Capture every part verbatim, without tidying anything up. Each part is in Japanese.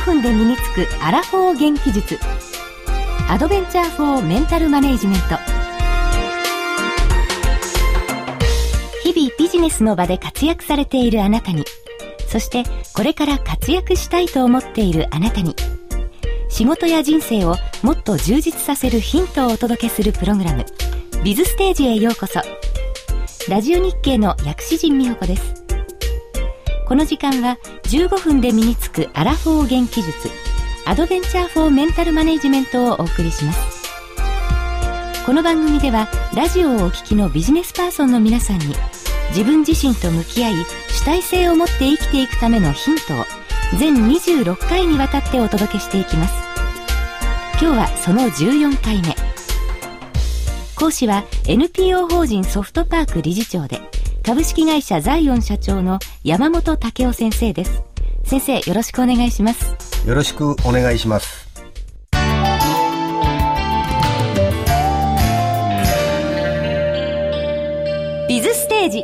ふんで身につくアラフォー元気術、アドベンチャーフォーメンタルマネジメント。日々ビジネスの場で活躍されているあなたに、そしてこれから活躍したいと思っているあなたに、仕事や人生をもっと充実させるヒントをお届けするプログラム、ビズステージへようこそ。ラジオ日経の薬師陣美穂子です。この時間はじゅうごふんで身につくアラフォー元気術、アドベンチャーフォーメンタルマネジメントをお送りします。この番組ではラジオをお聞きのビジネスパーソンの皆さんに、自分自身と向き合い主体性を持って生きていくためのヒントを全にじゅうろっかいにわたってお届けしていきます。今日はそのじゅうよんかいめ。講師は エヌピーオー 法人ソフトパーク理事長で株式会社ザイオン社長の山本武夫先生です。先生、よろしくお願いします。 よろしくお願いします。 ビズステージ。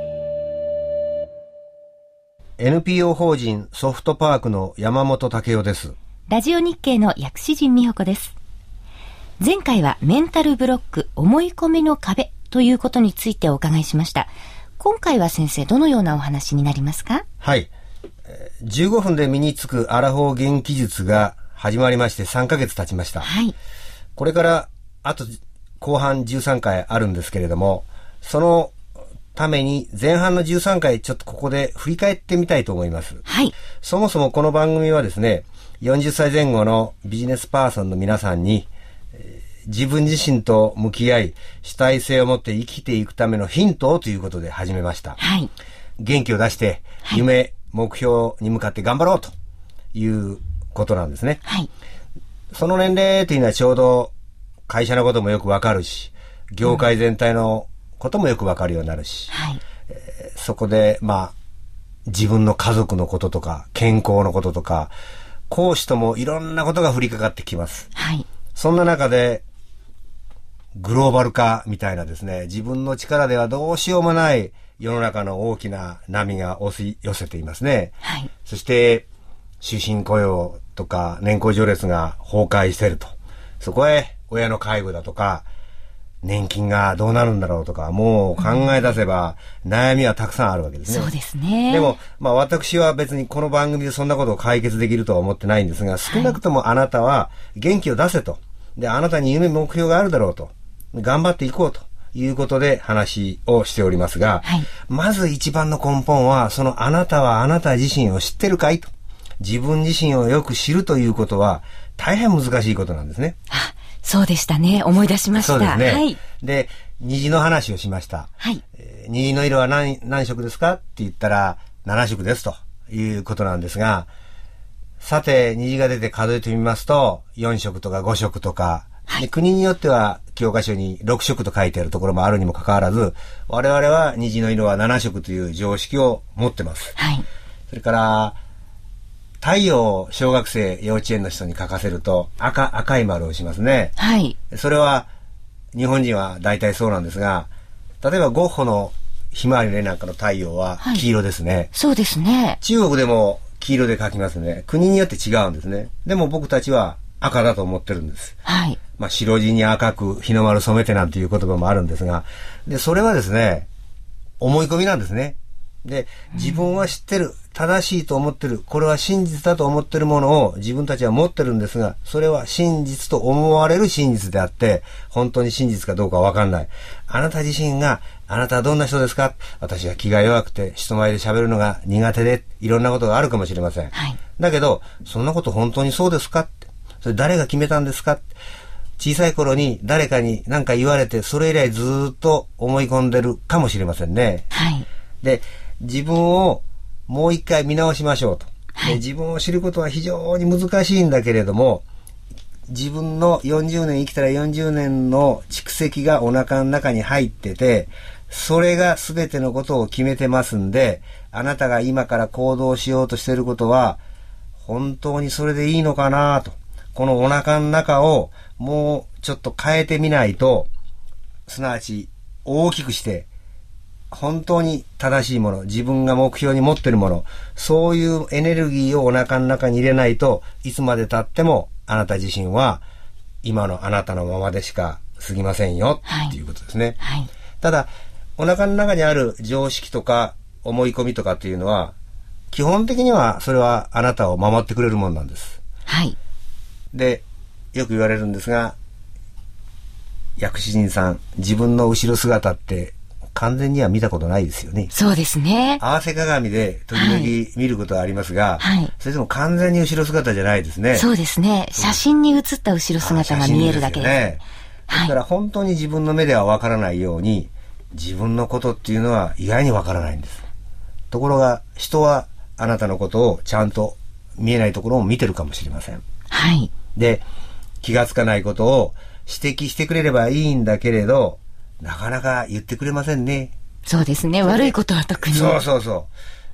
エヌピーオー 法人ソフトパークの山本武夫です。 ラジオ日経の薬師陣美穂子です。前回はメンタルブロック、思い込みの壁ということについてお伺いしました。今回は先生、どのようなお話になりますか？ はい、じゅうごふんで身につくアラフォー元気術が始まりましてさんかげつ経ちました。 はい、 これからあと後半じゅうさんかいあるんですけれども、そのために前半のじゅうさんかいちょっとここで振り返ってみたいと思います。 はい、 そもそもこの番組はですね、よんじゅっさいぜん後のビジネスパーソンの皆さんに、えー自分自身と向き合い主体性を持って生きていくためのヒントをということで始めました。 はい、 元気を出して夢、はい、目標に向かって頑張ろうということなんですね。 はい、 その年齢というのはちょうど会社のこともよくわかるし、業界全体のこともよくわかるようになるし、 はい、 えー、そこでまあ自分の家族のこととか健康のこととか講師ともいろんなことが降りかかってきます。 はい、そんな中でグローバル化みたいなですね、自分の力ではどうしようもない世の中の大きな波が押し寄せていますね。 はい、 そして終身雇用とか年功序列が崩壊していると、そこへ親の介護だとか年金がどうなるんだろうとか、もう考え出せば悩みはたくさんあるわけですね。 そうですね。 でもまあ私は別にこの番組でそんなことを解決できるとは思ってないんですが、少なくともあなたは元気を出せと、であなたに夢目標があるだろうと、頑張っていこうということで話をしておりますが、 はい、 まず一番の根本は、そのあなたはあなた自身を知ってるかいと、自分自身をよく知るということは大変難しいことなんですね。 あ、そうでしたね。思い出しました。 そうですね。 はい、 で、虹の話をしました。 はい、 えー、虹の色は 何, 何色ですかって言ったらななしょくですということなんですが、さて虹が出て数えてみますとよんしょくとかごしょくとか、はい、で国によっては教科書にろくしょくと書いてあるところもあるにもかかわらず、我々は虹の色はななしょくという常識を持ってます。 はい、 それから太陽を小学生幼稚園の人に書かせると 赤, 赤い丸をしますね。 はい、 それは日本人は大体そうなんですが、例えばゴッホのひまわりの絵なんかの太陽は黄色ですね。はい、 そうですね。 中国でも黄色で描きますね。国によって違うんですね。でも僕たちは赤だと思ってるんです。 はい、 まあ、白地に赤く日の丸染めてなんていう言葉もあるんですが、でそれはですね、思い込みなんですね。で自分は知ってる、正しいと思ってる、これは真実だと思ってるものを自分たちは持ってるんですが、それは真実と思われる真実であって本当に真実かどうかわかんない。あなた自身が、あなたはどんな人ですか、私は気が弱くて人前で喋るのが苦手でいろんなことがあるかもしれません。 はい、 だけどそんなこと本当にそうですかって、それ誰が決めたんですかって、小さい頃に誰かに何か言われてそれ以来ずっと思い込んでるかもしれませんね。 はい、 で自分をもう一回見直しましょうと、 はい、 で自分を知ることは非常に難しいんだけれども、自分のよんじゅうねん生きたらよんじゅうねんの蓄積がお腹の中に入ってて、それが全てのことを決めてますんで、あなたが今から行動しようとしていることは本当にそれでいいのかなと、このお腹の中をもうちょっと変えてみないと、すなわち大きくして本当に正しいもの、自分が目標に持ってるもの、そういうエネルギーをお腹の中に入れないと、いつまで経ってもあなた自身は今のあなたのままでしか過ぎませんよ、はい、っていうことですね、はい、ただお腹の中にある常識とか思い込みとかっていうのは基本的にはそれはあなたを守ってくれるものなんです、はい、でよく言われるんですが、薬師人さん自分の後ろ姿って完全には見たことないですよね。 そうですね。 合わせ鏡で時々見ることはありますが、はい、それでも完全に後ろ姿じゃないですね。 そうですね。写真に写った後ろ姿が見えるだけです。 ですね。だから本当に自分の目ではわからないように、自分のことっていうのは意外にわからないんです。ところが人はあなたのことをちゃんと見えないところを見てるかもしれません。はい。で、気がつかないことを指摘してくれればいいんだけれど、なかなか言ってくれませんね。 そうですね。悪いことは特に。 そうそうそう。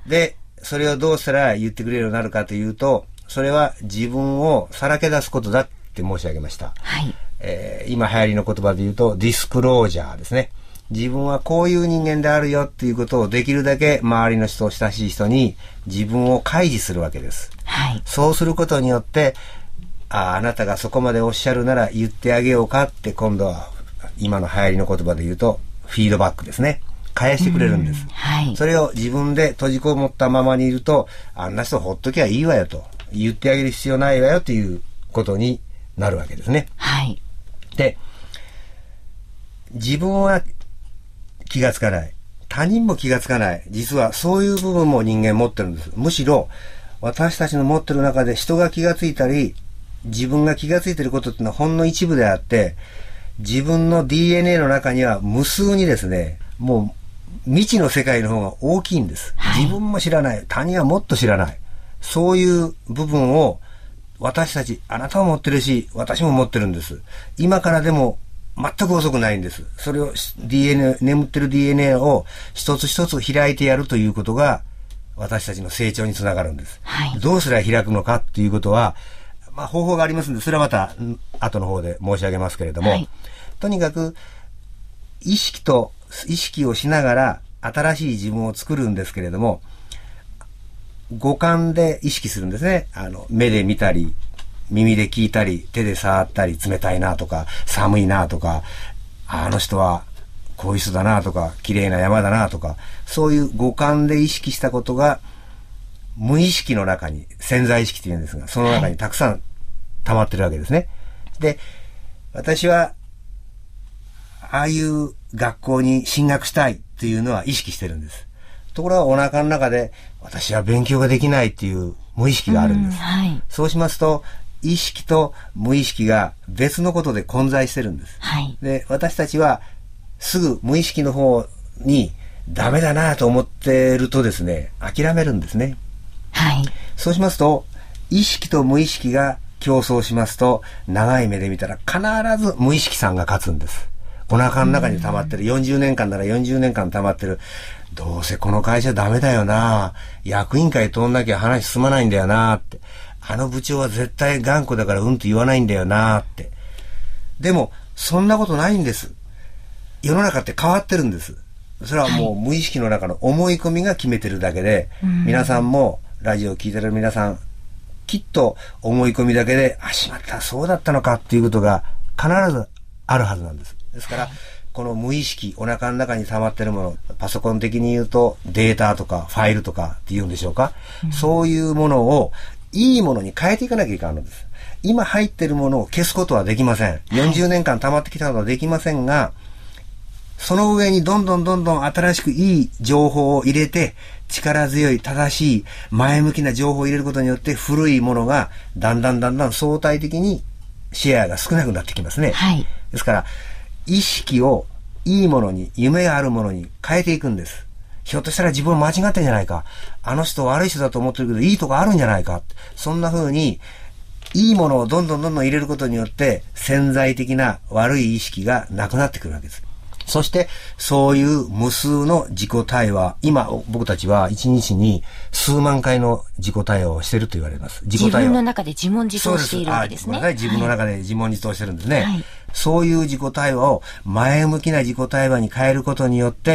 で、それをどうしたら言ってくれるようになるかというと、それは自分をさらけ出すことだって申し上げました。はい。えー、今流行りの言葉で言うと、ディスクロージャーですね。自分はこういう人間であるよっていうことをできるだけ周りの人、親しい人に自分を開示するわけです。はい。そうすることによって、あ、あなたがそこまでおっしゃるなら言ってあげようかって今度は今の流行りの言葉で言うとフィードバックですね。返してくれるんです、はい、それを自分で閉じこもったままにいると、あんな人ほっときゃいいわよと言ってあげる必要ないわよということになるわけですね、はい、で自分は気がつかない、他人も気がつかない、実はそういう部分も人間持ってるんです。むしろ私たちの持ってる中で人が気がついたり自分が気がついていることっていうのはほんの一部であって、自分の ディーエヌエー の中には無数にですね、もう未知の世界の方が大きいんです、はい、自分も知らない、他人はもっと知らない、そういう部分を私たち、あなたも持ってるし私も持ってるんです。今からでも全く遅くないんです。それを ディーエヌエー、眠ってる ディーエヌエー を一つ一つ開いてやるということが私たちの成長につながるんです、はい、どうすれば開くのかっていうことは、まあ、方法がありますので、それはまた後の方で申し上げますけれども、はい、とにかく意識と意識をしながら新しい自分を作るんですけれども、五感で意識するんですね。あの目で見たり耳で聞いたり手で触ったり、冷たいなとか寒いなとか、あの人はこういう人だなとか綺麗な山だなとか、そういう五感で意識したことが無意識の中に、潜在意識って言うんですが、その中にたくさん溜まってるわけですね。で、私はああいう学校に進学したいっていうのは意識してるんです。ところがお腹の中で私は勉強ができないっていう無意識があるんです、はい、そうしますと意識と無意識が別のことで混在してるんです、はい、で、私たちはすぐ無意識の方にダメだなと思ってるとですね、諦めるんですね。はい、そうしますと意識と無意識が競争しますと、長い目で見たら必ず無意識さんが勝つんです。お腹の中に溜まってる、よんじゅうねんかんならよんじゅうねんかん溜まってる、どうせこの会社ダメだよな、役員会通んなきゃ話進まないんだよなって、あの部長は絶対頑固だからうんと言わないんだよなって。でもそんなことないんです。世の中って変わってるんです。それはもう無意識の中の思い込みが決めてるだけで、はい、皆さんもラジオを聞いてる皆さん、きっと思い込みだけで、あ、しまった、そうだったのかっていうことが必ずあるはずなんです。ですから、はい、この無意識、お腹の中に溜まってるもの、パソコン的に言うとデータとかファイルとかって言うんでしょうか、うん、そういうものをいいものに変えていかなきゃいけないんです。今入ってるものを消すことはできません。よんじゅうねんかん溜まってきたことはできませんが、その上にどんどんどんどん新しくいい情報を入れて、力強い正しい前向きな情報を入れることによって、古いものがだんだんだんだん相対的にシェアが少なくなってきますね、はい、ですから意識をいいものに、夢があるものに変えていくんです。ひょっとしたら自分間違ってんじゃないか、あの人悪い人だと思ってるけどいいとこあるんじゃないか、そんな風にいいものをどんどんどんどん入れることによって潜在的な悪い意識がなくなってくるわけです。そしてそういう無数の自己対話、今僕たちはいちにちに数万回の自己対話をしていると言われます。 自己対話、自分の中で自問自答しているわけですね。 そうです。自分の中で自問自答してるんですね、はい、そういう自己対話を前向きな自己対話に変えることによって、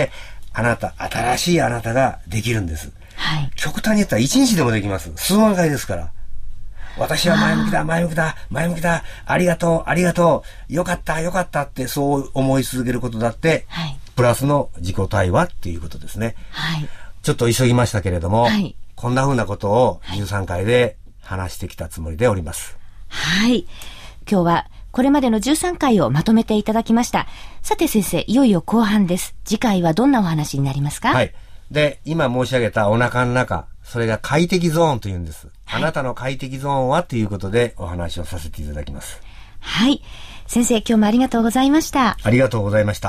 あなた、新しいあなたができるんです。 はい。 極端に言ったらいちにちでもできます。数万回ですから。私は前向きだ、前向きだ、前向きだ、ありがとう、ありがとう、よかった、よかったってそう思い続けることだって、はい、プラスの自己対話っていうことですね。はい。ちょっと急ぎましたけれども、はい、こんな風なことをじゅうさんかいで話してきたつもりでおります。 はい。今日はこれまでのじゅうさんかいをまとめていただきました。さて先生、いよいよ後半です。次回はどんなお話になりますか？ はい。で、今申し上げたお腹の中、それが快適ゾーンというんです。はい、あなたの快適ゾーンはということでお話をさせていただきます。 はい。先生、今日もありがとうございました。 ありがとうございました。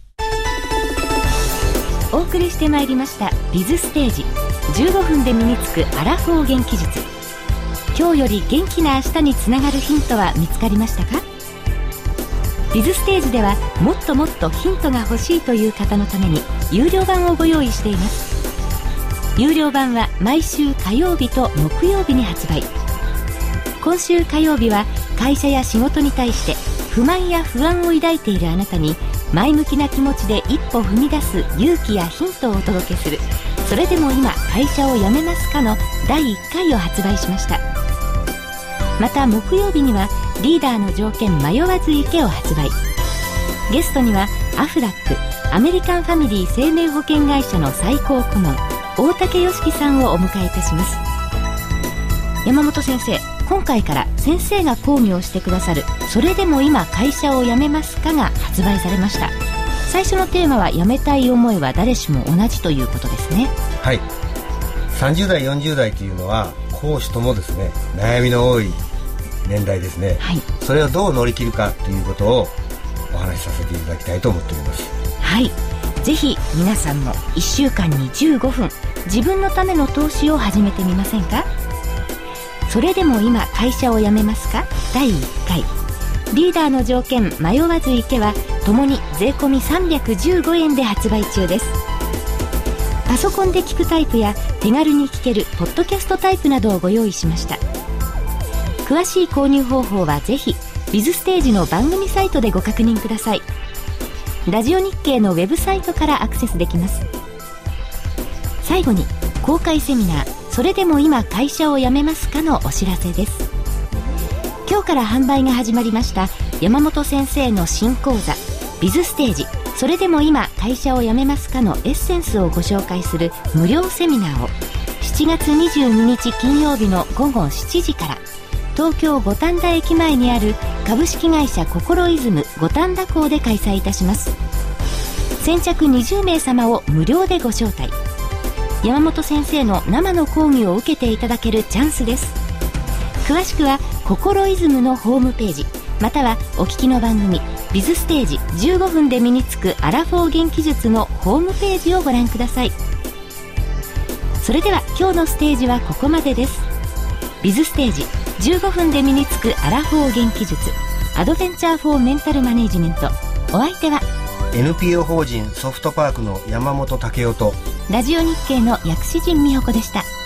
お送りしてまいりましたビズステージ、じゅうごふんで身につくアラフォー元気術。今日より元気な明日につながるヒントは見つかりましたか？ビズステージではもっともっとヒントが欲しいという方のために有料版をご用意しています。有料版は毎週火曜日と木曜日に発売。今週火曜日は会社や仕事に対して不満や不安を抱いているあなたに前向きな気持ちで一歩踏み出す勇気やヒントをお届けする、それでも今会社を辞めますかのだいいっかいを発売しました。また木曜日にはリーダーの条件迷わず行けを発売。ゲストにはアフラックアメリカンファミリー生命保険会社の最高顧問大竹良樹さんをお迎えいたします。山本先生、今回から先生が講義をしてくださるそれでも今会社を辞めますかが発売されました。最初のテーマは辞めたい思いは誰しも同じということですね。 はい。さんじゅうだいよんじゅうだいというのは講師ともですね悩みの多い年代ですね、はい、それをどう乗り切るかということをお話しさせていただきたいと思っております。 はい。ぜひ皆さんもいっしゅうかんにじゅうごふん自分のための投資を始めてみませんか？それでも今会社を辞めますかだいいっかい、リーダーの条件迷わず行けはともに税込みさんびゃくじゅうごえんで発売中です。パソコンで聞くタイプや手軽に聞けるポッドキャストタイプなどをご用意しました。詳しい購入方法はぜひビズステージの番組サイトでご確認ください。ラジオ日経のウェブサイトからアクセスできます。最後に公開セミナーそれでも今会社を辞めますかのお知らせです。今日から販売が始まりました山本先生の新講座ビズステージそれでも今会社を辞めますかのエッセンスをご紹介する無料セミナーをしちがつにじゅうににち金曜日のごごしちじから東京五反田駅前にある株式会社ココロイズム五反田校で開催いたします。先着にじゅうめい様を無料でご招待。山本先生の生の講義を受けていただけるチャンスです。詳しくはココロイズムのホームページまたはお聞きの番組ビズステージじゅうごふんで身につくアラフォー元気術のホームページをご覧ください。それでは今日のステージはここまでです。ビズステージじゅうごふんで身につくアラフォー元気術アドベンチャーフォーメンタルマネジメント、お相手はエヌピーオー 法人ソフトパークの山本武雄とラジオ日経の薬師陣美穂子でした。